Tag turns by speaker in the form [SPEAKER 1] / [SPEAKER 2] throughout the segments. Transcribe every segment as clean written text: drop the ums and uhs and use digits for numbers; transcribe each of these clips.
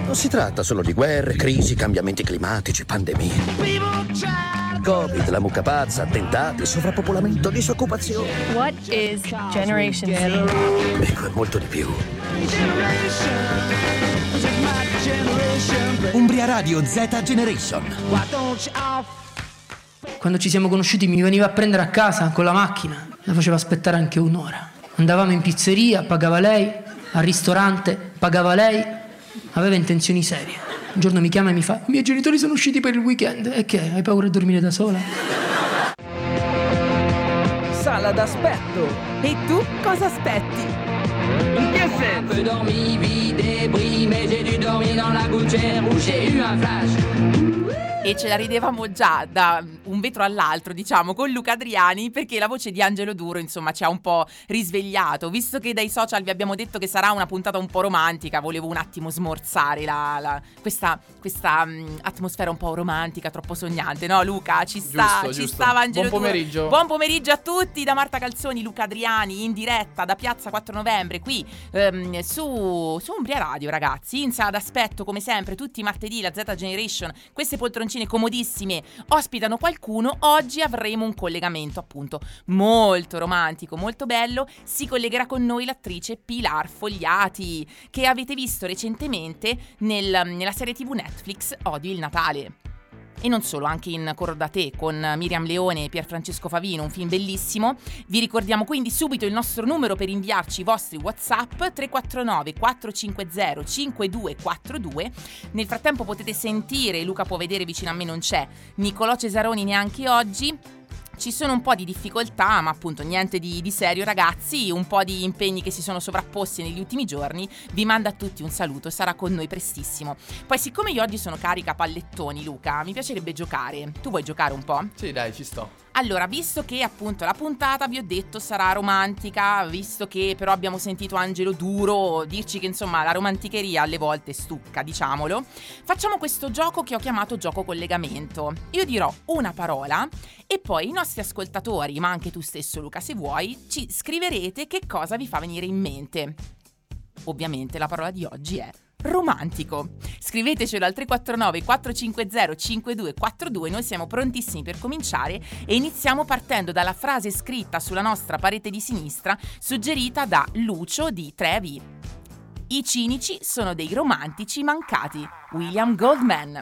[SPEAKER 1] Non si tratta solo di guerre, crisi, cambiamenti climatici, pandemie. Covid, la mucca pazza, attentati, sovrappopolamento, disoccupazione.
[SPEAKER 2] What is Generation Z?
[SPEAKER 1] Ecco, è molto di più.
[SPEAKER 3] Umbria Radio Z Generation.
[SPEAKER 4] Quando ci siamo conosciuti mi veniva a prendere a casa con la macchina, la faceva aspettare anche un'ora. Andavamo in pizzeria, pagava lei, al ristorante, pagava lei, aveva intenzioni serie. Un giorno mi chiama e mi fa: i miei genitori sono usciti per il weekend. E che, hai paura di dormire da sola?
[SPEAKER 5] Sala d'aspetto. E tu cosa aspetti?
[SPEAKER 6] In che senso? Dormi, vide, mais j'ai dû dormir dans la gouttière où j'ai eu un flash.
[SPEAKER 7] E ce la ridevamo già da un vetro all'altro, diciamo, con Luca Adriani, perché la voce di Angelo Duro, insomma, ci ha un po' risvegliato. Visto che dai social vi abbiamo detto che sarà una puntata un po' romantica, volevo un attimo smorzare questa atmosfera un po' romantica, troppo sognante, no Luca? Ci
[SPEAKER 8] Giusto.
[SPEAKER 7] stava Angelo
[SPEAKER 8] Buon
[SPEAKER 7] Duro.
[SPEAKER 8] pomeriggio.
[SPEAKER 7] Buon pomeriggio a tutti da Marta Calzoni, Luca Adriani, in diretta da Piazza 4 Novembre, qui su Umbria Radio, ragazzi, in sala d'aspetto, come sempre, tutti i martedì, la Z Generation, queste poltroncine comodissime ospitano qualcuno. Oggi avremo un collegamento appunto molto romantico, molto bello. Si collegherà con noi l'attrice Pilar Fogliati, che avete visto recentemente nella serie TV Netflix Odio il Natale. E non solo, anche in Corro da te con Miriam Leone e Pierfrancesco Favino, un film bellissimo. Vi ricordiamo quindi subito il nostro numero per inviarci i vostri WhatsApp: 349 450 5242. Nel frattempo potete sentire, Luca può vedere, vicino a me non c'è Nicolò Cesaroni neanche oggi. Ci sono un po' di difficoltà, ma appunto niente di serio, ragazzi. Un po' di impegni che si sono sovrapposti negli ultimi giorni. Vi manda a tutti un saluto, sarà con noi prestissimo. Poi, siccome io oggi sono carica pallettoni, Luca, mi piacerebbe giocare. Tu vuoi giocare un po'?
[SPEAKER 8] Sì, dai, ci sto.
[SPEAKER 7] Allora, visto che appunto la puntata, vi ho detto, sarà romantica, visto che però abbiamo sentito Angelo Duro dirci che insomma la romanticheria alle volte stucca, diciamolo, facciamo questo gioco che ho chiamato gioco collegamento. Io dirò una parola e poi i nostri ascoltatori, ma anche tu stesso Luca se vuoi, ci scriverete che cosa vi fa venire in mente. Ovviamente la parola di oggi è romantico. Scrivetecelo al 349 450 5242. Noi siamo prontissimi per cominciare e iniziamo partendo dalla frase scritta sulla nostra parete di sinistra, suggerita da Lucio di Trevi. I cinici sono dei romantici mancati. William Goldman.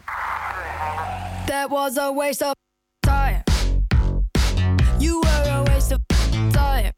[SPEAKER 9] That was a waste of time. You were a waste of time.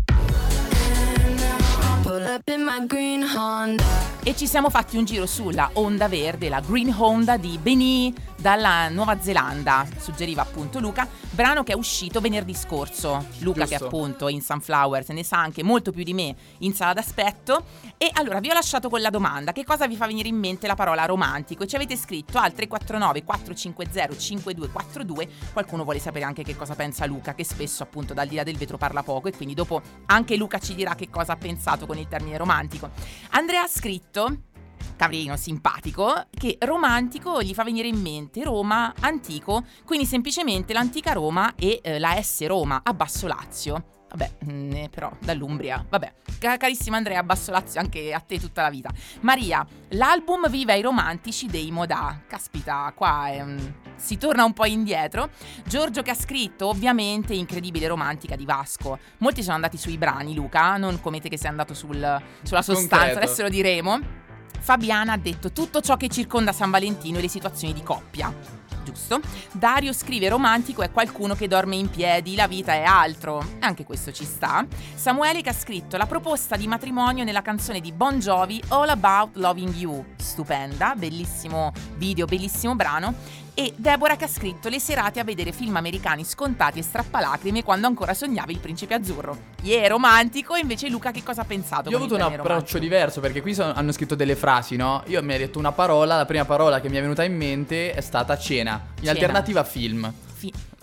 [SPEAKER 9] And now I pull up in my green Honda.
[SPEAKER 7] E ci siamo fatti un giro sulla Honda verde, la Green Honda di Benny dalla Nuova Zelanda, suggeriva appunto Luca, brano che è uscito venerdì scorso. Luca,
[SPEAKER 8] Giusto.
[SPEAKER 7] che appunto in Sunflower se ne sa anche molto più di me in sala d'aspetto. E allora vi ho lasciato con la domanda: che cosa vi fa venire in mente la parola romantico? E ci avete scritto al 349 450 5242. Qualcuno vuole sapere anche che cosa pensa Luca, che spesso appunto dal di là del vetro parla poco, e quindi dopo anche Luca ci dirà che cosa ha pensato con il termine romantico. Andrea ha scritto, carino, simpatico, che romantico gli fa venire in mente Roma antico, quindi semplicemente l'antica Roma e la S Roma a Basso Lazio. Vabbè, però dall'Umbria. Vabbè, carissima Andrea, Basso Lazio anche a te tutta la vita. Maria, l'album Viva i romantici dei Modà. Caspita, qua si torna un po' indietro. Giorgio che ha scritto, ovviamente, Incredibile romantica di Vasco. Molti sono andati sui brani, Luca, non come te che sei andato sulla sostanza,
[SPEAKER 8] Concreto.
[SPEAKER 7] adesso lo diremo. Fabiana ha detto tutto ciò che circonda San Valentino e le situazioni di coppia. Giusto. Dario scrive romantico è qualcuno che dorme in piedi, la vita è altro. Anche questo ci sta. Samuele che ha scritto la proposta di matrimonio nella canzone di Bon Jovi All About Loving You. Stupenda, bellissimo video, bellissimo brano. E Deborah che ha scritto le serate a vedere film americani scontati e strappalacrime quando ancora sognavi il principe azzurro. Romantico. E invece Luca che cosa ha pensato?
[SPEAKER 8] Io ho avuto un approccio diverso, perché qui hanno scritto delle frasi, no? Io mi hai detto una parola, la prima parola che mi è venuta in mente è stata cena, in alternativa film.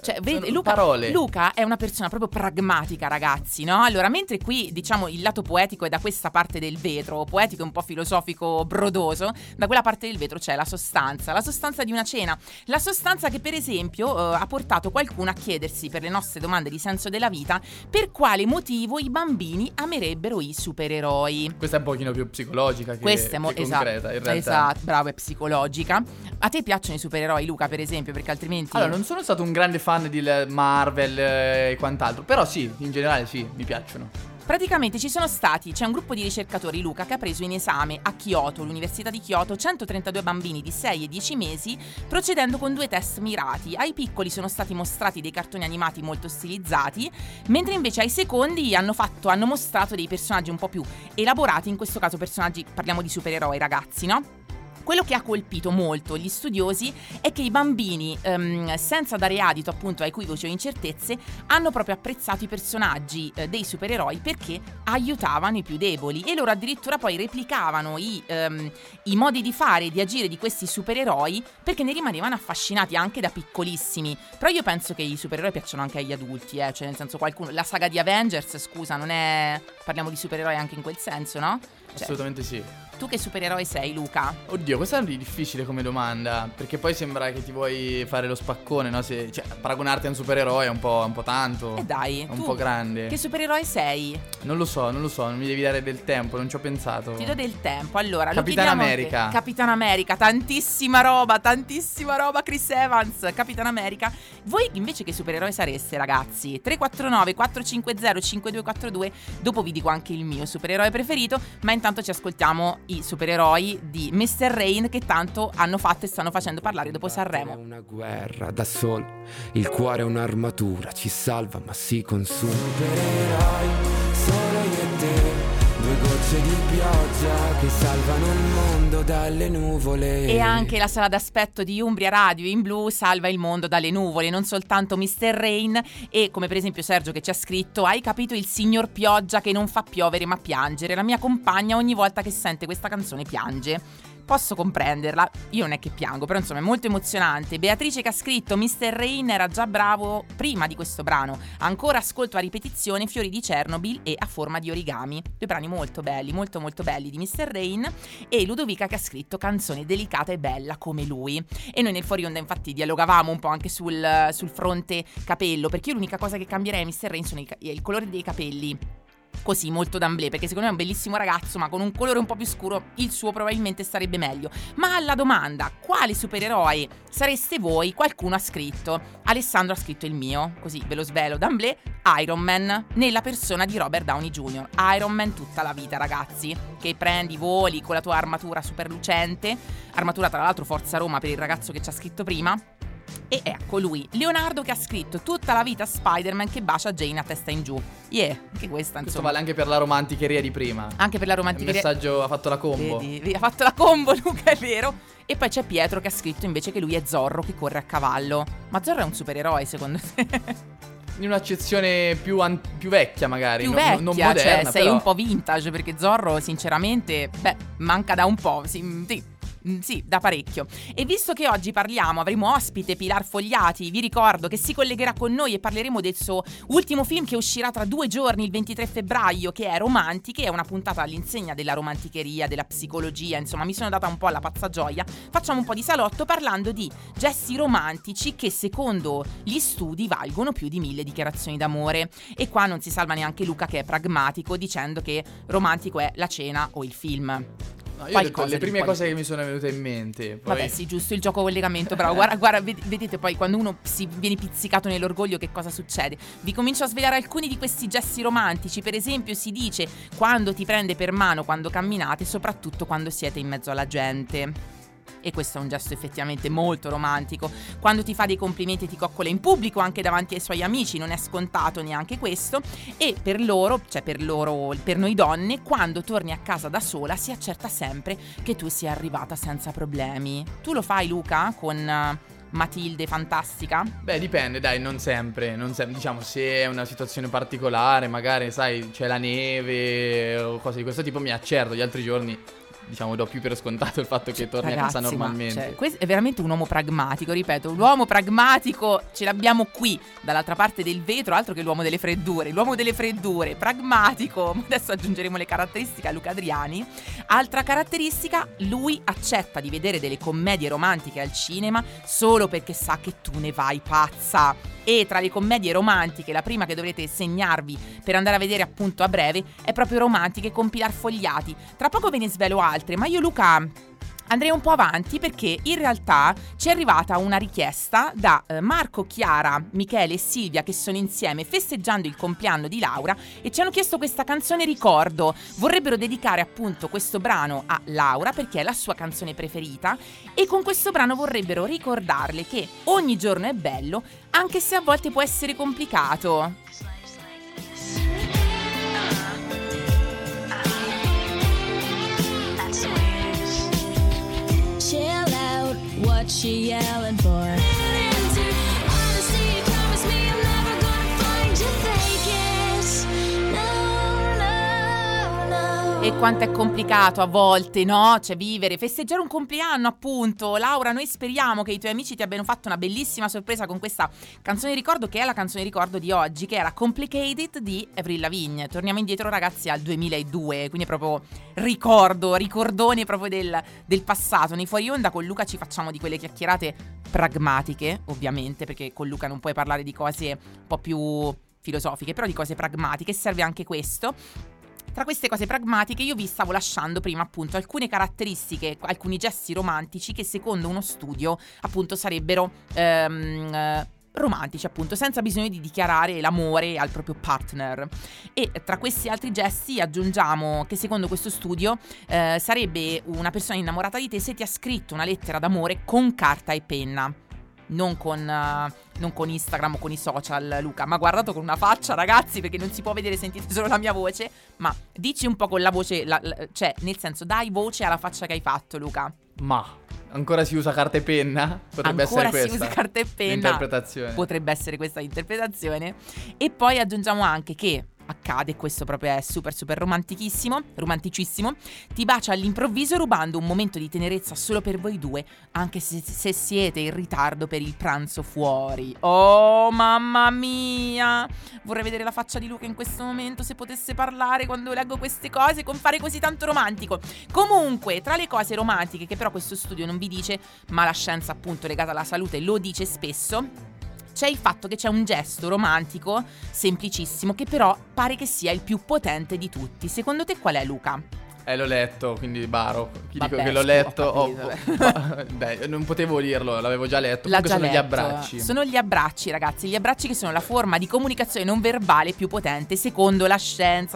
[SPEAKER 7] Cioè, vede,
[SPEAKER 8] Sono parole.
[SPEAKER 7] Luca è una persona proprio pragmatica, ragazzi, no? Allora, mentre qui, diciamo, il lato poetico è da questa parte del vetro, poetico e un po' filosofico brodoso, da quella parte del vetro c'è la sostanza di una cena, la sostanza che per esempio ha portato qualcuno a chiedersi, per le nostre domande di senso della vita, per quale motivo i bambini amerebbero i supereroi.
[SPEAKER 8] Questa è un pochino più psicologica che concreta, in realtà.
[SPEAKER 7] Esatto, bravo, è psicologica. A te piacciono i supereroi, Luca, per esempio? Perché altrimenti...
[SPEAKER 8] Allora, non sono stato un grande fan di Marvel e quant'altro, però sì, in generale sì, mi piacciono.
[SPEAKER 7] Praticamente c'è un gruppo di ricercatori, Luca, che ha preso in esame a Kyoto, l'Università di Kyoto, 132 bambini di 6 e 10 mesi, procedendo con 2 test mirati. Ai piccoli sono stati mostrati dei cartoni animati molto stilizzati, mentre invece ai secondi hanno mostrato dei personaggi un po' più elaborati, in questo caso personaggi, parliamo di supereroi, ragazzi, no? Quello che ha colpito molto gli studiosi è che i bambini, senza dare adito appunto a equivoci o incertezze, hanno proprio apprezzato i personaggi dei supereroi perché aiutavano i più deboli, e loro addirittura poi replicavano i modi di fare e di agire di questi supereroi perché ne rimanevano affascinati anche da piccolissimi. Però io penso che i supereroi piacciono anche agli adulti, cioè nel senso, qualcuno, la saga di Avengers, scusa, non è... parliamo di supereroi anche in quel senso, no? Cioè,
[SPEAKER 8] assolutamente sì.
[SPEAKER 7] Tu che supereroe sei, Luca?
[SPEAKER 8] Oddio, questa è difficile come domanda, perché poi sembra che ti vuoi fare lo spaccone, no? Cioè, paragonarti a un supereroe è un po' tanto.
[SPEAKER 7] Dai,
[SPEAKER 8] è un po' grande.
[SPEAKER 7] Che supereroe sei?
[SPEAKER 8] Non lo so, non mi devi dare del tempo, non ci ho pensato.
[SPEAKER 7] Ti do del tempo, allora.
[SPEAKER 8] Capitan America.
[SPEAKER 7] Capitan America, tantissima roba, Chris Evans, Capitan America. Voi invece che supereroe sareste, ragazzi? 349 450 5242. Dopo vi dico anche il mio supereroe preferito, ma intanto ci ascoltiamo i supereroi di Mr. Rain, che tanto hanno fatto e stanno facendo parlare dopo Sanremo.
[SPEAKER 10] È una guerra da solo, il cuore è un'armatura, ci salva ma si consuma. Supereroi, solo io e te, 2 gocce di pioggia che salvano il mondo dalle nuvole.
[SPEAKER 7] E anche la sala d'aspetto di Umbria Radio in blu salva il mondo dalle nuvole, non soltanto Mr. Rain. E come per esempio Sergio che ci ha scritto: hai capito, il signor Pioggia che non fa piovere ma piangere. La mia compagna ogni volta che sente questa canzone piange. Posso comprenderla, io non è che piango, però insomma è molto emozionante. Beatrice che ha scritto: Mr. Rain era già bravo prima di questo brano, ancora ascolto a ripetizione Fiori di Chernobyl e A forma di origami, 2 brani molto belli, molto molto belli di Mr. Rain. E Ludovica che ha scritto: canzone delicata e bella come lui. E noi nel fuori onda infatti dialogavamo un po' anche sul fronte capello, perché io l'unica cosa che cambierei a Mr. Rain sono il colore dei capelli. Così, molto d'amblè, perché secondo me è un bellissimo ragazzo, ma con un colore un po' più scuro il suo probabilmente starebbe meglio. Ma alla domanda quale supereroe sareste voi, qualcuno ha scritto. Alessandro ha scritto il mio, così ve lo svelo d'amblè: Iron Man, nella persona di Robert Downey Jr. Iron Man tutta la vita, ragazzi, che prendi, voli con la tua armatura super lucente, armatura tra l'altro Forza Roma per il ragazzo che ci ha scritto prima. E ecco lui, Leonardo, che ha scritto tutta la vita Spider-Man che bacia Jane a testa in giù. Anche questa insomma.
[SPEAKER 8] Questo vale anche per la romanticheria di prima.
[SPEAKER 7] Anche per la romanticheria.
[SPEAKER 8] Il messaggio ha fatto la combo.
[SPEAKER 7] Vedi, ha fatto la combo Luca, è vero. E poi c'è Pietro che ha scritto invece che lui è Zorro che corre a cavallo. Ma Zorro è un supereroe secondo te?
[SPEAKER 8] In un'accezione più vecchia magari,
[SPEAKER 7] più vecchia,
[SPEAKER 8] non moderna,
[SPEAKER 7] cioè sei
[SPEAKER 8] però
[SPEAKER 7] un po' vintage, perché Zorro sinceramente, manca da un po', sì, da parecchio. E visto che oggi avremo ospite Pilar Fogliati, vi ricordo che si collegherà con noi e parleremo del suo ultimo film che uscirà tra 2 giorni, il 23 febbraio, che è Romantiche. È una puntata all'insegna della romanticheria, della psicologia, insomma mi sono data un po' alla pazza gioia. Facciamo un po' di salotto parlando di gesti romantici che secondo gli studi valgono più di 1000 dichiarazioni d'amore. E qua non si salva neanche Luca, che è pragmatico, dicendo che romantico è la cena o il film.
[SPEAKER 8] No, io ho detto le prime cose che mi sono venute in mente. Poi...
[SPEAKER 7] Vabbè, sì, giusto, il gioco collegamento, bravo. Guarda, vedete poi quando uno si viene pizzicato nell'orgoglio che cosa succede. Vi comincio a svelare alcuni di questi gesti romantici. Per esempio si dice quando ti prende per mano quando camminate, soprattutto quando siete in mezzo alla gente. E questo è un gesto effettivamente molto romantico. Quando ti fa dei complimenti e ti coccola in pubblico anche davanti ai suoi amici, non è scontato neanche questo. E per noi donne, quando torni a casa da sola si accerta sempre che tu sia arrivata senza problemi. Tu lo fai, Luca, con Matilde fantastica?
[SPEAKER 8] Beh, dipende, dai, non sempre. Diciamo, se è una situazione particolare, magari, sai, c'è la neve o cose di questo tipo, mi accerto. Gli altri giorni diciamo do più per scontato il fatto che torni a casa normalmente.
[SPEAKER 7] Cioè, questo è veramente un uomo pragmatico, ripeto, l'uomo pragmatico ce l'abbiamo qui dall'altra parte del vetro, altro che l'uomo delle freddure. L'uomo delle freddure, pragmatico. Adesso aggiungeremo le caratteristiche a Luca Adriani. Altra caratteristica, lui accetta di vedere delle commedie romantiche al cinema solo perché sa che tu ne vai pazza. E tra le commedie romantiche, la prima che dovrete segnarvi per andare a vedere appunto a breve è proprio Romantiche con Pilar Fogliati. Tra poco ve ne svelo altre, ma io, Luca, andrei un po' avanti perché in realtà ci è arrivata una richiesta da Marco, Chiara, Michele e Silvia, che sono insieme festeggiando il compleanno di Laura, e ci hanno chiesto questa canzone ricordo. Vorrebbero dedicare appunto questo brano a Laura perché è la sua canzone preferita, e con questo brano vorrebbero ricordarle che ogni giorno è bello, anche se a volte può essere complicato.
[SPEAKER 9] Chill out, what she yelling for? Honesty, promise me I'm never gonna find you fake it. No, no, no.
[SPEAKER 7] E quanto è complicato a volte, no? Cioè vivere, festeggiare un compleanno appunto. Laura, noi speriamo che i tuoi amici ti abbiano fatto una bellissima sorpresa con questa canzone ricordo, che è la canzone ricordo di oggi, che era Complicated di Avril Lavigne. Torniamo indietro, ragazzi, al 2002, quindi proprio ricordone proprio del passato. Nei fuori onda con Luca ci facciamo di quelle chiacchierate pragmatiche, ovviamente, perché con Luca non puoi parlare di cose un po' più filosofiche, però di cose pragmatiche serve anche questo. Tra queste cose pragmatiche io vi stavo lasciando prima appunto alcune caratteristiche, alcuni gesti romantici che secondo uno studio appunto sarebbero romantici, appunto, senza bisogno di dichiarare l'amore al proprio partner. E tra questi altri gesti aggiungiamo che secondo questo studio sarebbe una persona innamorata di te se ti ha scritto una lettera d'amore con carta e penna. Non con Instagram o con i social, Luca, ma guardato con una faccia, ragazzi, perché non si può vedere, sentite solo la mia voce. Ma dici un po' con la voce, cioè nel senso, dai voce alla faccia che hai fatto, Luca.
[SPEAKER 8] Ma ancora si usa carta e penna? Potrebbe essere questa.
[SPEAKER 7] Ancora si usa carta e penna.
[SPEAKER 8] L'interpretazione.
[SPEAKER 7] Potrebbe essere questa l'interpretazione. E poi aggiungiamo anche che accade, questo proprio è super romanticissimo, ti bacia all'improvviso rubando un momento di tenerezza solo per voi due, anche se siete in ritardo per il pranzo fuori. Oh mamma mia, vorrei vedere la faccia di Luca in questo momento, se potesse parlare quando leggo queste cose, con fare così tanto romantico. Comunque, tra le cose romantiche che però questo studio non vi dice, ma la scienza appunto legata alla salute lo dice spesso, c'è il fatto che c'è un gesto romantico semplicissimo che però pare che sia il più potente di tutti. Secondo te qual è, Luca?
[SPEAKER 8] L'ho letto, quindi baro.
[SPEAKER 7] Vabbè,
[SPEAKER 8] dico che l'ho letto. Beh, non potevo dirlo, l'avevo già letto.
[SPEAKER 7] L'ha
[SPEAKER 8] Comunque
[SPEAKER 7] già
[SPEAKER 8] sono
[SPEAKER 7] letto.
[SPEAKER 8] gli abbracci.
[SPEAKER 7] Sono gli abbracci, ragazzi. Gli abbracci che sono la forma di comunicazione non verbale più potente, secondo la scienza.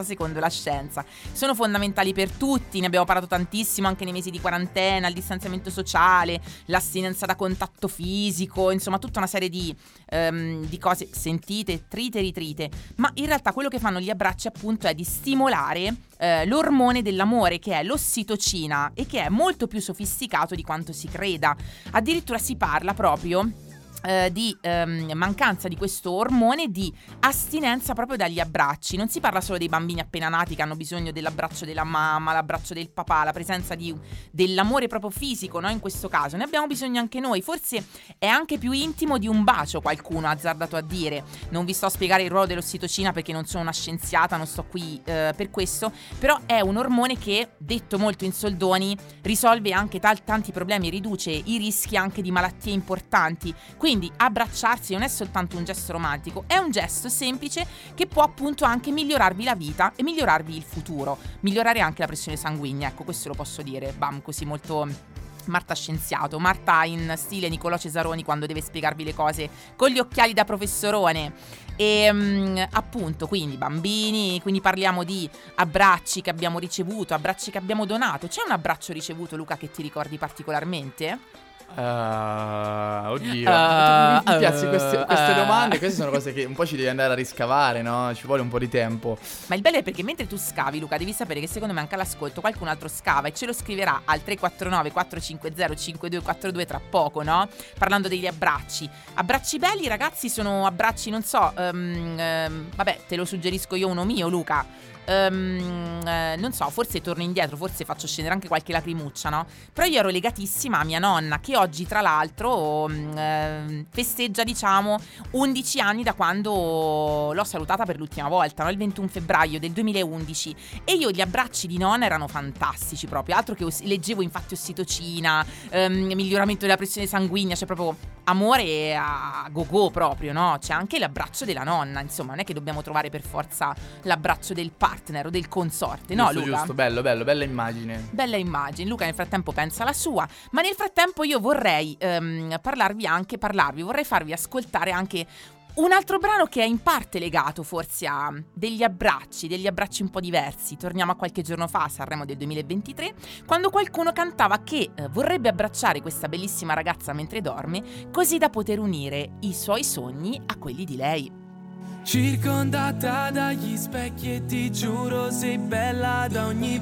[SPEAKER 7] Sono fondamentali per tutti. Ne abbiamo parlato tantissimo anche nei mesi di quarantena, il distanziamento sociale, l'astinenza da contatto fisico, insomma tutta una serie di cose sentite, trite e ritrite. Ma in realtà quello che fanno gli abbracci appunto è di stimolare l'ormone dell'amore, che è l'ossitocina, e che è molto più sofisticato di quanto si creda. Addirittura si parla proprio di mancanza di questo ormone, di astinenza proprio dagli abbracci. Non si parla solo dei bambini appena nati che hanno bisogno dell'abbraccio della mamma, l'abbraccio del papà, la presenza dell'amore proprio fisico, no? In questo caso ne abbiamo bisogno anche noi. Forse è anche più intimo di un bacio, qualcuno ha azzardato a dire. Non vi sto a spiegare il ruolo dell'ossitocina perché non sono una scienziata, non sto qui per questo, però è un ormone che, detto molto in soldoni, risolve anche tanti problemi, riduce i rischi anche di malattie importanti. Quindi abbracciarsi non è soltanto un gesto romantico, è un gesto semplice che può appunto anche migliorarvi la vita e migliorarvi il futuro, migliorare anche la pressione sanguigna, ecco, questo lo posso dire, bam, così molto Marta scienziato, Marta in stile Nicolò Cesaroni quando deve spiegarvi le cose con gli occhiali da professorone. E appunto, quindi bambini, quindi parliamo di abbracci che abbiamo ricevuto, abbracci che abbiamo donato. C'è un abbraccio ricevuto, Luca, che ti ricordi particolarmente?
[SPEAKER 8] Oddio, mi piace queste domande. Queste sono cose che un po' ci devi andare a riscavare, no? Ci vuole un po' di tempo.
[SPEAKER 7] Ma il bello è perché mentre tu scavi, Luca, devi sapere che secondo me anche all'ascolto qualcun altro scava e ce lo scriverà al 349 450 5242 tra poco, no? Parlando degli abbracci. Abbracci belli, ragazzi, sono abbracci, non so, vabbè, te lo suggerisco io uno mio, Luca. non so, forse torno indietro, forse faccio scendere anche qualche lacrimuccia, no? Però io ero legatissima a mia nonna, che oggi tra l'altro festeggia, diciamo, 11 anni da quando l'ho salutata per l'ultima volta, no? Il 21 febbraio del 2011. E io gli abbracci di nonna erano fantastici proprio, altro che leggevo infatti ossitocina, miglioramento della pressione sanguigna, cioè proprio amore a go-go proprio, no? C'è anche l'abbraccio della nonna, insomma, non è che dobbiamo trovare per forza l'abbraccio del partner o del consorte, no, Luca?
[SPEAKER 8] Giusto, bello, bella immagine.
[SPEAKER 7] Bella immagine. Luca nel frattempo pensa la sua, ma nel frattempo io vorrei vorrei farvi ascoltare anche un altro brano che è in parte legato forse a degli abbracci un po' diversi. Torniamo a qualche giorno fa, a Sanremo del 2023, quando qualcuno cantava che vorrebbe abbracciare questa bellissima ragazza mentre dorme, così da poter unire i suoi sogni a quelli di lei.
[SPEAKER 11] Circondata dagli specchi e ti giuro sei bella da ogni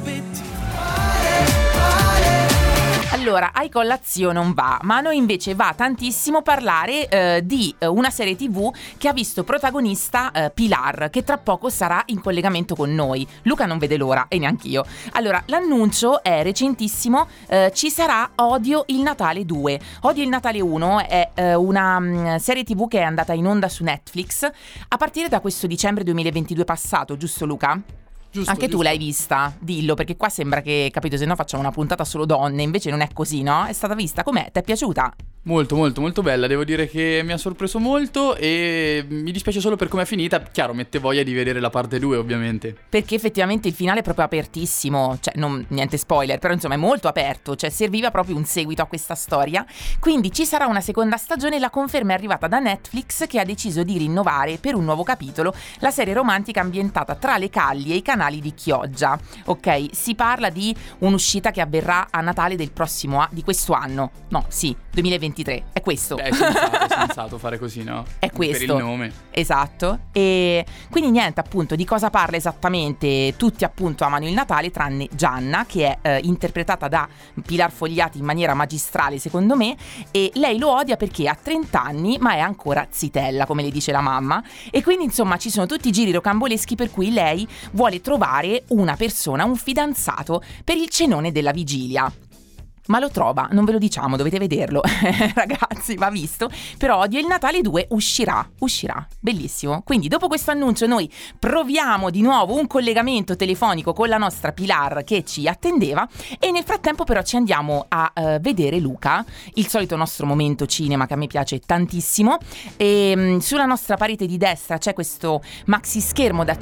[SPEAKER 11] prospettiva.
[SPEAKER 7] Allora, ai collazio non va, ma a noi invece va tantissimo parlare di una serie TV che ha visto protagonista Pilar, che tra poco sarà in collegamento con noi. Luca non vede l'ora, e neanch'io. Allora, l'annuncio è recentissimo, ci sarà Odio il Natale 2. Odio il Natale 1 è una serie TV che è andata in onda su Netflix a partire da questo dicembre 2022 passato, giusto Luca? Anche tu l'hai vista? Dillo, perché qua sembra che, capito, se no facciamo una puntata solo donne, invece non è così, no? È stata vista, com'è? Ti è piaciuta?
[SPEAKER 8] Molto bella, devo dire che mi ha sorpreso molto e mi dispiace solo per come è finita. Chiaro, mette voglia di vedere la parte 2 ovviamente.
[SPEAKER 7] Perché effettivamente il finale è proprio apertissimo, cioè niente spoiler, però insomma è molto aperto, cioè serviva proprio un seguito a questa storia. Quindi ci sarà una seconda stagione, la conferma è arrivata da Netflix, che ha deciso di rinnovare per un nuovo capitolo la serie romantica ambientata tra le calli e i canali di Chioggia. Ok, si parla di un'uscita che avverrà a Natale del prossimo di questo anno. No, sì, 2023. È questo.
[SPEAKER 8] È sensato fare così, no?
[SPEAKER 7] È questo.
[SPEAKER 8] Per il nome.
[SPEAKER 7] Esatto. E quindi niente, appunto, di cosa parla esattamente? Tutti appunto amano il Natale, tranne Gianna, che è interpretata da Pilar Fogliati in maniera magistrale, secondo me, e lei lo odia perché ha 30 anni, ma è ancora zitella, come le dice la mamma. E quindi insomma ci sono tutti i giri rocamboleschi per cui lei vuole trovare una persona, un fidanzato, per il cenone della vigilia. Ma lo trova, non ve lo diciamo, dovete vederlo. Ragazzi, va visto. Però Odio il Natale 2 uscirà, bellissimo. Quindi dopo questo annuncio noi proviamo di nuovo un collegamento telefonico con la nostra Pilar che ci attendeva, e nel frattempo però ci andiamo a vedere Luca, il solito nostro momento cinema che a me piace tantissimo. E sulla nostra parete di destra c'è questo maxi schermo da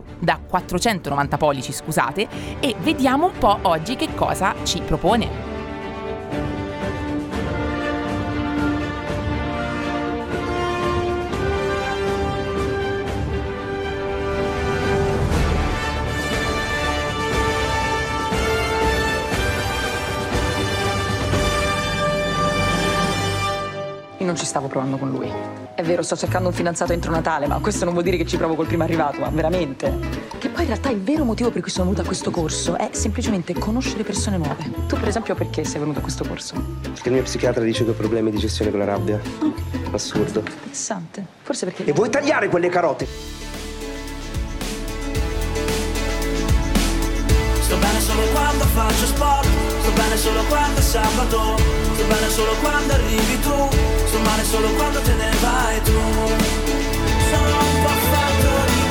[SPEAKER 7] 490 pollici, scusate, e vediamo un po' oggi che cosa ci propone.
[SPEAKER 12] Non ci stavo provando con lui. È vero, sto cercando un fidanzato entro Natale, ma questo non vuol dire che ci provo col primo arrivato, ma veramente. Che poi in realtà il vero motivo per cui sono venuta a questo corso è semplicemente conoscere persone nuove. Tu per esempio perché sei venuta a questo corso?
[SPEAKER 13] Perché il mio psichiatra dice che ho problemi di gestione con la rabbia. Assurdo.
[SPEAKER 12] Interessante. Forse perché...
[SPEAKER 13] E vuoi tagliare quelle carote?
[SPEAKER 11] Sto bene solo quando faccio sport, sto bene solo quando è sabato, sto bene solo quando arrivi tu, sto male solo quando te ne vai tu. Sono un po' fatto di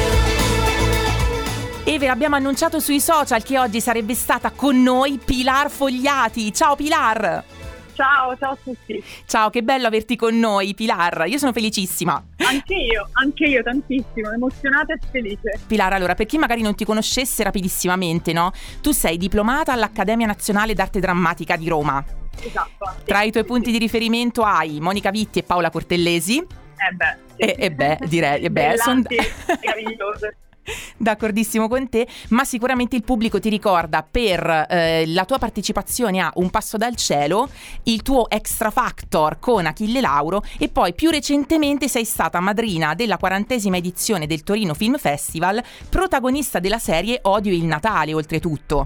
[SPEAKER 11] te.
[SPEAKER 7] E ve l'abbiamo annunciato sui social che oggi sarebbe stata con noi Pilar Fogliati. Ciao Pilar!
[SPEAKER 14] Ciao a tutti.
[SPEAKER 7] Ciao, che bello averti con noi, Pilar. Io sono felicissima.
[SPEAKER 14] Anche io tantissimo, emozionata e felice.
[SPEAKER 7] Pilar, allora, per chi magari non ti conoscesse rapidissimamente, no? Tu sei diplomata all'Accademia Nazionale d'Arte Drammatica di Roma.
[SPEAKER 14] Esatto.
[SPEAKER 7] Tra i tuoi punti di riferimento hai Monica Vitti e Paola Cortellesi. Direi, sono
[SPEAKER 14] meravigliose.
[SPEAKER 7] D'accordissimo con te, ma sicuramente il pubblico ti ricorda per la tua partecipazione a Un passo dal cielo, il tuo Extra Factor con Achille Lauro, e poi più recentemente sei stata madrina della 40ª edizione del Torino Film Festival, protagonista della serie Odio il Natale, oltretutto.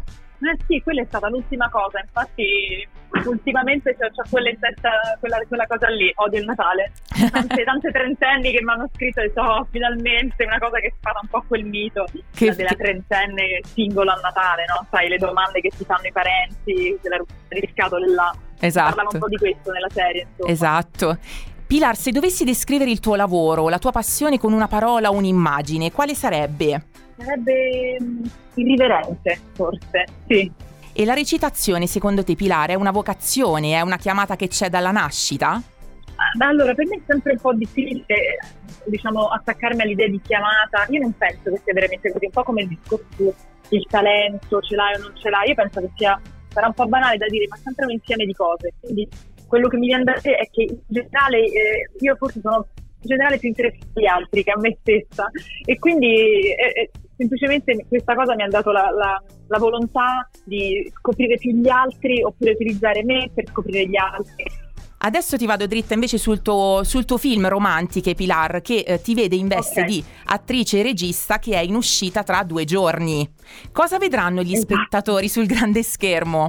[SPEAKER 14] Sì, quella è stata l'ultima cosa, infatti ultimamente c'ho quella in testa, quella cosa lì, odio il Natale. Tante trentenni che mi hanno scritto e detto finalmente una cosa che fa un po' quel mito della trentenne singola a Natale, no? Sai, le domande che si fanno i parenti, della rubrica di scatole là.
[SPEAKER 7] Esatto.
[SPEAKER 14] Parlava un po' di questo nella serie, insomma.
[SPEAKER 7] Esatto. Pilar, se dovessi descrivere il tuo lavoro, la tua passione con una parola o un'immagine, quale sarebbe?
[SPEAKER 14] Sarebbe irriverente, forse, sì.
[SPEAKER 7] E la recitazione, secondo te, Pilar, è una vocazione, è una chiamata che c'è dalla nascita?
[SPEAKER 14] Allora, per me è sempre un po' difficile, diciamo, attaccarmi all'idea di chiamata. Io non penso che sia veramente così, un po' come il discorso il talento, ce l'hai o non ce l'hai. Io penso che sarà un po' banale da dire, ma sempre un insieme di cose. Quindi quello che mi viene da dire è che in generale io forse sono in generale più interessata agli altri che a me stessa, e quindi semplicemente questa cosa mi ha dato la volontà di scoprire più gli altri, oppure utilizzare me per scoprire gli altri.
[SPEAKER 7] Adesso ti vado dritta invece sul tuo film Romantiche, Pilar, che ti vede in veste di attrice e regista, che è in uscita tra 2 giorni. Cosa vedranno gli spettatori sul grande schermo?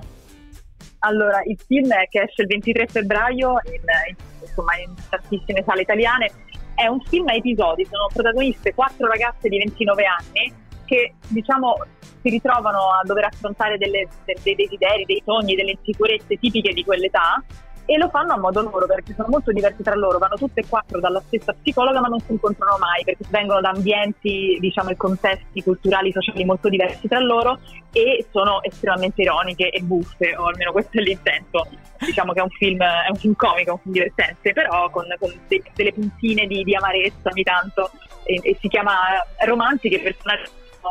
[SPEAKER 14] Allora, il film che esce il 23 febbraio in tantissime sale italiane, è un film a episodi, sono protagoniste 4 ragazze di 29 anni che, diciamo, si ritrovano a dover affrontare dei desideri, dei sogni, delle insicurezze tipiche di quell'età, e lo fanno a modo loro, perché sono molto diversi tra loro, vanno tutte e 4 dalla stessa psicologa ma non si incontrano mai, perché vengono da ambienti, diciamo, e contesti culturali, sociali molto diversi tra loro, e sono estremamente ironiche e buffe, o almeno questo è l'intento. Diciamo che è un film comico, un film divertente, però con delle puntine di amarezza ogni tanto, e si chiama Romantiche. Il personaggio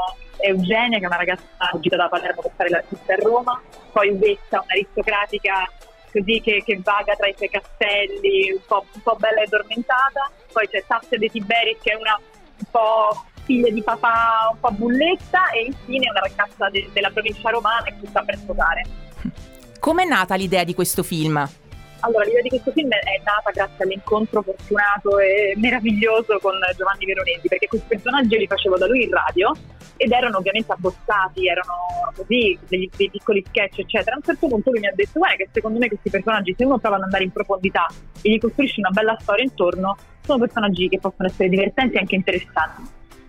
[SPEAKER 14] è Eugenia, che è una ragazza uscita da Palermo per fare l'artista a Roma, poi Uvetta, un'aristocratica così che vaga tra i suoi castelli, un po' bella e addormentata. Poi c'è Tassia De Tiberis, che è una un po' figlia di papà, un po' bulletta, e infine una ragazza della provincia romana che sta per sposare.
[SPEAKER 7] Com'è nata l'idea di questo film?
[SPEAKER 14] Allora, l'idea di questo film è nata grazie all'incontro fortunato e meraviglioso con Giovanni Veronesi, perché questi personaggi li facevo da lui in radio ed erano ovviamente abbozzati, erano così, dei piccoli sketch, eccetera. A un certo punto lui mi ha detto: guarda che secondo me questi personaggi, se uno prova ad andare in profondità e gli costruisce una bella storia intorno, sono personaggi che possono essere divertenti e anche interessanti.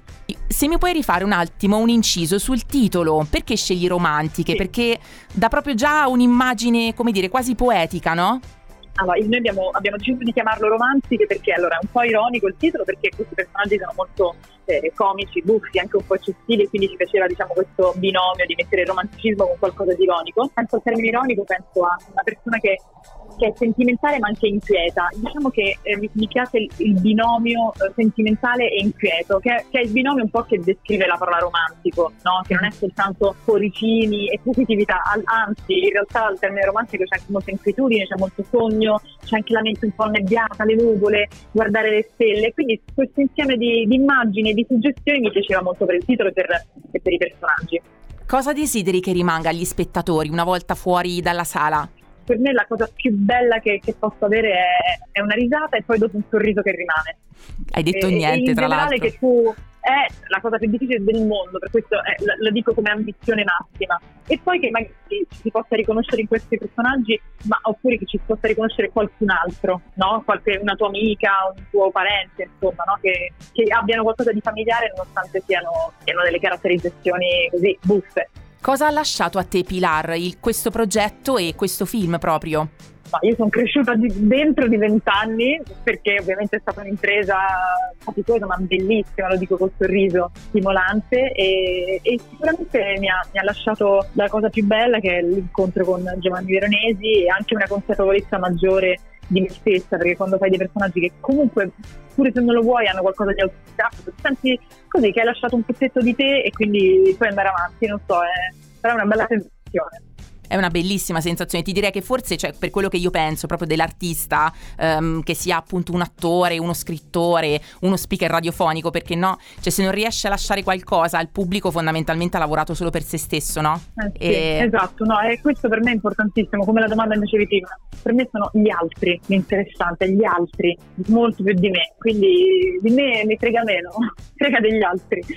[SPEAKER 7] Se mi puoi rifare un attimo un inciso sul titolo, perché scegli Romantiche? Sì. Perché dà proprio già un'immagine, come dire, quasi poetica, no?
[SPEAKER 14] Allora, noi abbiamo deciso di chiamarlo Romantiche perché allora è un po' ironico il titolo, perché questi personaggi sono molto comici, buffi, anche un po' eccessivi, quindi ci piaceva, diciamo, questo binomio di mettere il romanticismo con qualcosa di ironico. Penso al termine ironico, penso a una persona che è sentimentale ma anche inquieta. Diciamo che mi piace il binomio sentimentale e inquieto, che è il binomio un po' che descrive la parola romantico, no? Che non è soltanto cuoricini e positività, anzi in realtà il termine romantico c'è anche molta inquietudine, c'è molto sogno, c'è anche la mente un po' annebbiata, le nuvole, guardare le stelle. Quindi questo insieme di immagini e di suggestioni mi piaceva molto per il titolo e per i personaggi.
[SPEAKER 7] Cosa desideri che rimanga agli spettatori una volta fuori dalla sala?
[SPEAKER 14] Per me la cosa più bella che posso avere è una risata e poi dopo un sorriso che rimane.
[SPEAKER 7] Hai detto niente, tra l'altro.
[SPEAKER 14] Che è la cosa più difficile del mondo, per questo la dico come ambizione massima. E poi che magari si possa riconoscere in questi personaggi, ma oppure che ci possa riconoscere qualcun altro, no? Una tua amica, un tuo parente, insomma, no? Che abbiano qualcosa di familiare nonostante siano delle caratterizzazioni così buffe.
[SPEAKER 7] Cosa ha lasciato a te, Pilar, questo progetto e questo film proprio?
[SPEAKER 14] Io sono cresciuta dentro di 20 anni, perché ovviamente è stata un'impresa faticosa ma bellissima, lo dico col sorriso, stimolante, e sicuramente mi ha lasciato la cosa più bella, che è l'incontro con Giovanni Veronesi, e anche una consapevolezza maggiore di me stessa, perché quando fai dei personaggi che comunque, pure se non lo vuoi, hanno qualcosa di autentico, senti così che hai lasciato un pezzetto di te e quindi puoi andare avanti, non so, sarà una bella sensazione.
[SPEAKER 7] È una bellissima sensazione, ti direi che forse, cioè, per quello che io penso proprio dell'artista, che sia appunto un attore, uno scrittore, uno speaker radiofonico, perché no? Cioè, se non riesce a lasciare qualcosa al pubblico, fondamentalmente ha lavorato solo per se stesso, no?
[SPEAKER 14] Sì, esatto, no, e questo per me è importantissimo, come la domanda invece di prima. Per me sono gli altri l'interessante, gli altri, molto più di me, quindi di me mi frega meno, frega degli altri.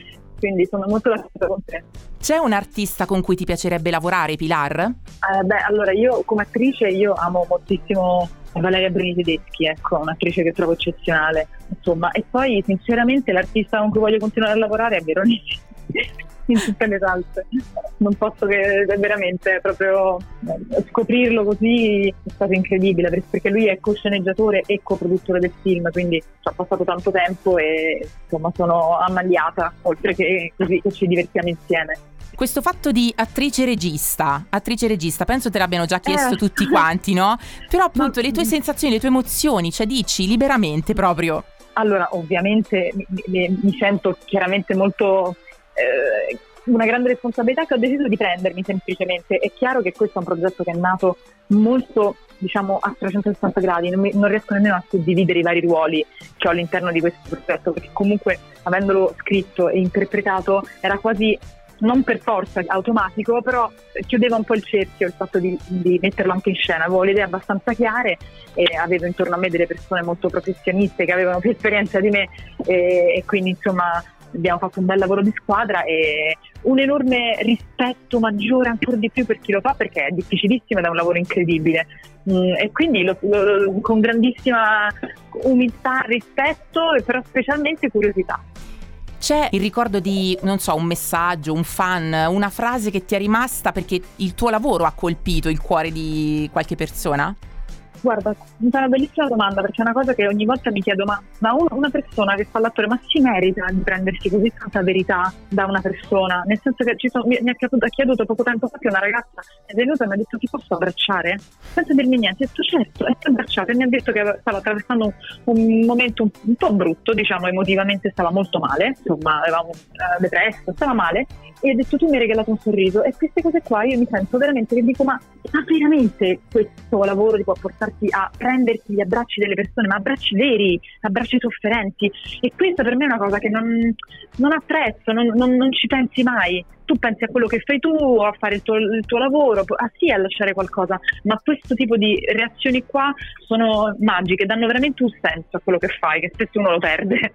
[SPEAKER 14] quindi sono molto d'accordo con te.
[SPEAKER 7] C'è un artista con cui ti piacerebbe lavorare, Pilar?
[SPEAKER 14] Allora io come attrice amo moltissimo Valeria Bruni Tedeschi, ecco, un'attrice che trovo eccezionale, insomma. E poi sinceramente l'artista con cui voglio continuare a lavorare è Veronesi in tutte le salse. Non posso che veramente proprio scoprirlo così è stato incredibile, perché lui è co-sceneggiatore e coproduttore del film, quindi ci ho passato tanto tempo e insomma sono ammaliata, oltre che così che ci divertiamo insieme.
[SPEAKER 7] Questo fatto di attrice-regista, penso te l'abbiano già chiesto tutti quanti, no? Però appunto le tue sensazioni, le tue emozioni, cioè dici liberamente proprio.
[SPEAKER 14] Allora, ovviamente mi sento chiaramente molto una grande responsabilità che ho deciso di prendermi semplicemente. È chiaro che questo è un progetto che è nato molto, diciamo, a 360 gradi, non riesco nemmeno a suddividere i vari ruoli che ho all'interno di questo progetto, perché comunque avendolo scritto e interpretato era quasi non per forza automatico, però chiudeva un po' il cerchio il fatto di metterlo anche in scena. Avevo le idee abbastanza chiare e avevo intorno a me delle persone molto professioniste che avevano più esperienza di me e quindi insomma abbiamo fatto un bel lavoro di squadra e un enorme rispetto maggiore ancora di più per chi lo fa, perché è difficilissimo ed è un lavoro incredibile e quindi con grandissima umiltà, rispetto e però specialmente curiosità.
[SPEAKER 7] C'è il ricordo di, non so, un messaggio, un fan, una frase che ti è rimasta perché il tuo lavoro ha colpito il cuore di qualche persona?
[SPEAKER 14] Guarda, è una bellissima domanda, perché è una cosa che ogni volta mi chiedo, ma una persona che fa l'attore, ma si merita di prendersi così tanta verità da una persona? Nel senso che mi ha chieduto poco tempo fa che una ragazza è venuta e mi ha detto: ti posso abbracciare? Senza dirmi niente, ho detto certo, e ti ho abbracciato, e mi ha detto che stava attraversando un momento un po' brutto, diciamo, emotivamente stava molto male, insomma avevamo depresso, stava male, e ha detto: tu mi hai regalato un sorriso. E queste cose qua io mi sento veramente che dico, ma veramente questo lavoro ti può portarti a prenderti gli abbracci delle persone, ma abbracci veri, abbracci sofferenti, e questa per me è una cosa che non apprezzo, non ci pensi mai. Tu pensi a quello che fai tu, a fare il tuo lavoro, sì, a lasciare qualcosa, ma questo tipo di reazioni qua sono magiche, danno veramente un senso a quello che fai, che spesso uno lo perde.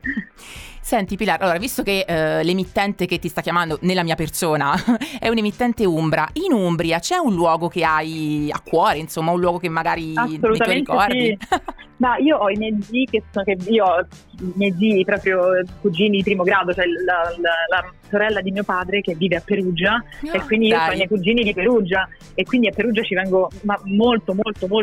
[SPEAKER 7] Senti Pilar, allora visto che l'emittente che ti sta chiamando nella mia persona è un'emittente umbra, in Umbria c'è un luogo che hai a cuore, insomma un luogo che magari nei tuoi ricordi?
[SPEAKER 14] Sì. Ma io ho i miei zii io ho i miei zii proprio cugini di primo grado, cioè la sorella di mio padre che vive a Perugia e quindi io ho i miei cugini di Perugia e quindi a Perugia ci vengo molto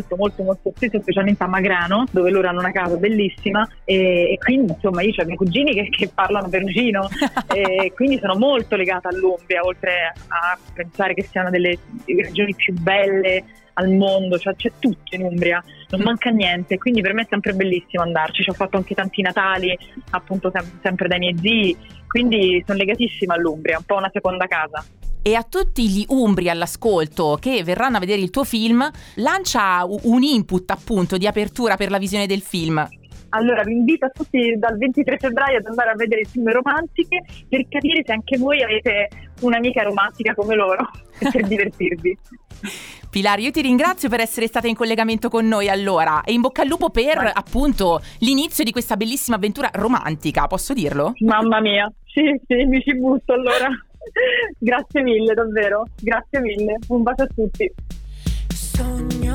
[SPEAKER 14] spesso, specialmente a Magrano, dove loro hanno una casa bellissima e quindi insomma io ho i miei cugini che parlano perugino e quindi sono molto legata all'Umbria, oltre a pensare che siano delle regioni più belle al mondo, cioè c'è tutto in Umbria, non manca niente, quindi per me è sempre bellissimo andarci. Ci ho fatto anche tanti Natali, appunto sempre dai miei zii, quindi sono legatissima all'Umbria, un po' una seconda casa.
[SPEAKER 7] E a tutti gli umbri all'ascolto che verranno a vedere il tuo film, lancia un input appunto di apertura per la visione del film.
[SPEAKER 14] Allora vi invito a tutti dal 23 febbraio ad andare a vedere il film Romantiche per capire se anche voi avete un'amica romantica come loro e per divertirvi.
[SPEAKER 7] Pilar, io ti ringrazio per essere stata in collegamento con noi allora e in bocca al lupo per appunto l'inizio di questa bellissima avventura romantica, posso dirlo?
[SPEAKER 14] Mamma mia, sì, mi ci butto allora. Grazie mille, davvero, grazie mille, un bacio a tutti.
[SPEAKER 9] Sogno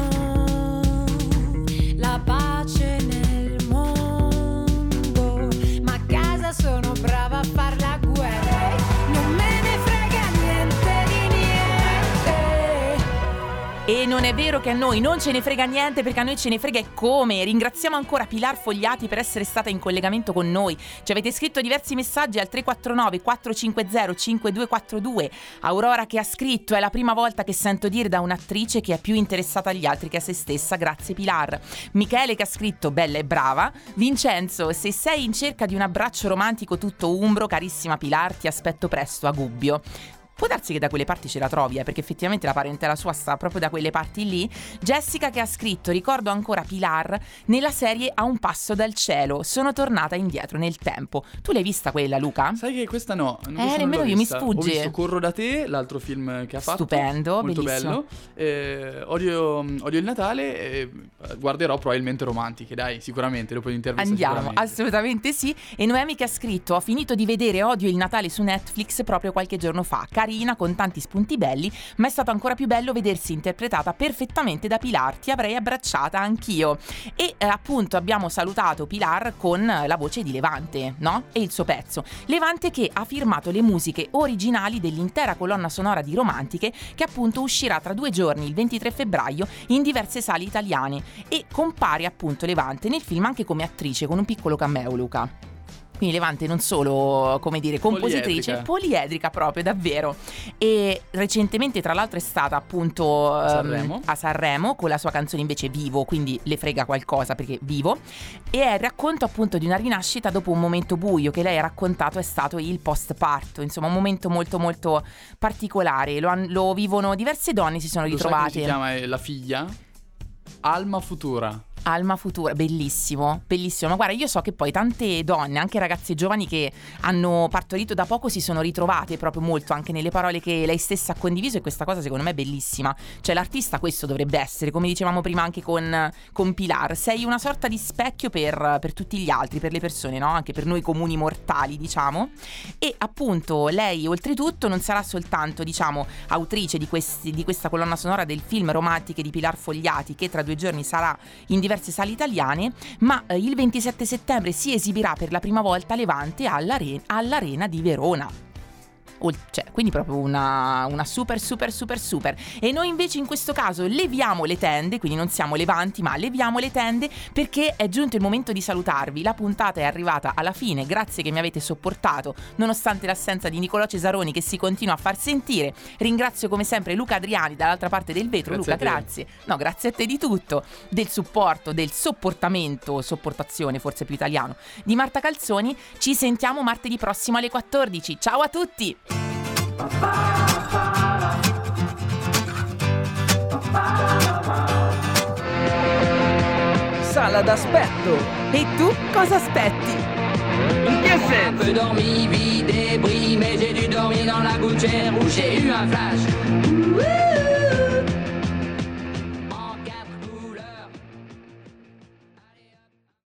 [SPEAKER 9] la pace nel mondo, ma a casa sono brava a far la guerra, non me ne frega niente di niente.
[SPEAKER 7] E non è vero che a noi non ce ne frega niente, perché a noi ce ne frega e come. Ringraziamo ancora Pilar Fogliati per essere stata in collegamento con noi. Ci avete scritto diversi messaggi al 349 450 5242. Aurora che ha scritto: è la prima volta che sento dire da un'attrice che è più interessata agli altri che a se stessa, grazie Pilar. Michele che ha scritto: bella e brava. Vincenzo: se sei in cerca di un abbraccio romantico tutto umbro, carissima Pilar, ti aspetto presto a Gubbio. può darsi che da quelle parti ce la trovi, perché effettivamente la parentela sua sta proprio da quelle parti lì. Jessica che ha scritto: ricordo ancora Pilar nella serie A un passo dal cielo, sono tornata indietro nel tempo. Tu l'hai vista quella, Luca?
[SPEAKER 8] Sai che questa no,
[SPEAKER 7] nemmeno io, mi sfugge.
[SPEAKER 8] Ho visto Corro da te, l'altro film che ha fatto.
[SPEAKER 7] Stupendo,
[SPEAKER 8] molto
[SPEAKER 7] bellissimo.
[SPEAKER 8] Bello. Odio il Natale, guarderò probabilmente Romantiche, dai, sicuramente dopo l'intervista.
[SPEAKER 7] Andiamo, assolutamente sì. E Noemi che ha scritto: ho finito di vedere Odio il Natale su Netflix proprio qualche giorno fa, carina, con tanti spunti belli, ma è stato ancora più bello vedersi interpretata perfettamente da Pilar, ti avrei abbracciata anch'io. E appunto abbiamo salutato Pilar con la voce di Levante, no? E il suo pezzo. Levante che ha firmato le musiche originali dell'intera colonna sonora di Romantiche, che appunto uscirà tra 2 giorni, il 23 febbraio, in diverse sale italiane. E compare appunto Levante nel film anche come attrice, con un piccolo cameo, Luca. Quindi Levante non solo, come dire, compositrice, poliedrica proprio, davvero. E recentemente tra l'altro è stata appunto a Sanremo con la sua canzone invece Vivo, quindi le frega qualcosa perché vivo. E è il racconto appunto di una rinascita dopo un momento buio che lei ha raccontato, è stato il postparto, insomma un momento molto molto particolare. Lo vivono diverse donne, si sono ritrovate.
[SPEAKER 8] Sai come si chiama la figlia? Alma Futura.
[SPEAKER 7] Alma Futura, bellissimo, bellissimo. Ma guarda, io so che poi tante donne, anche ragazze giovani che hanno partorito da poco, si sono ritrovate proprio molto anche nelle parole che lei stessa ha condiviso, e questa cosa secondo me è bellissima. Cioè l'artista questo dovrebbe essere, come dicevamo prima anche con Pilar, sei una sorta di specchio per tutti gli altri, per le persone, no? Anche per noi comuni mortali, diciamo. E appunto lei oltretutto non sarà soltanto, diciamo, autrice di questa colonna sonora del film Romantiche di Pilar Fogliati, che tra 2 giorni sarà in diverse sale italiane, ma il 27 settembre si esibirà per la prima volta Levante all'Arena di Verona. Cioè, quindi proprio una super. E noi invece in questo caso leviamo le tende, quindi non siamo Levanti ma leviamo le tende, perché è giunto il momento di salutarvi. La puntata è arrivata alla fine, grazie che mi avete sopportato nonostante l'assenza di Nicolò Cesaroni che si continua a far sentire. Ringrazio come sempre Luca Adriani dall'altra parte del vetro.
[SPEAKER 8] Grazie.
[SPEAKER 7] Luca, grazie. No, grazie a te di tutto, del supporto, del sopportazione forse più italiano, di Marta Calzoni. Ci sentiamo martedì prossimo alle 14. Ciao a tutti.
[SPEAKER 5] Sala d'aspetto. E tu cosa aspetti?
[SPEAKER 6] Un peu dormi, vie débris, mais j'ai dû dormir dans la gouttière où j'ai eu un flash.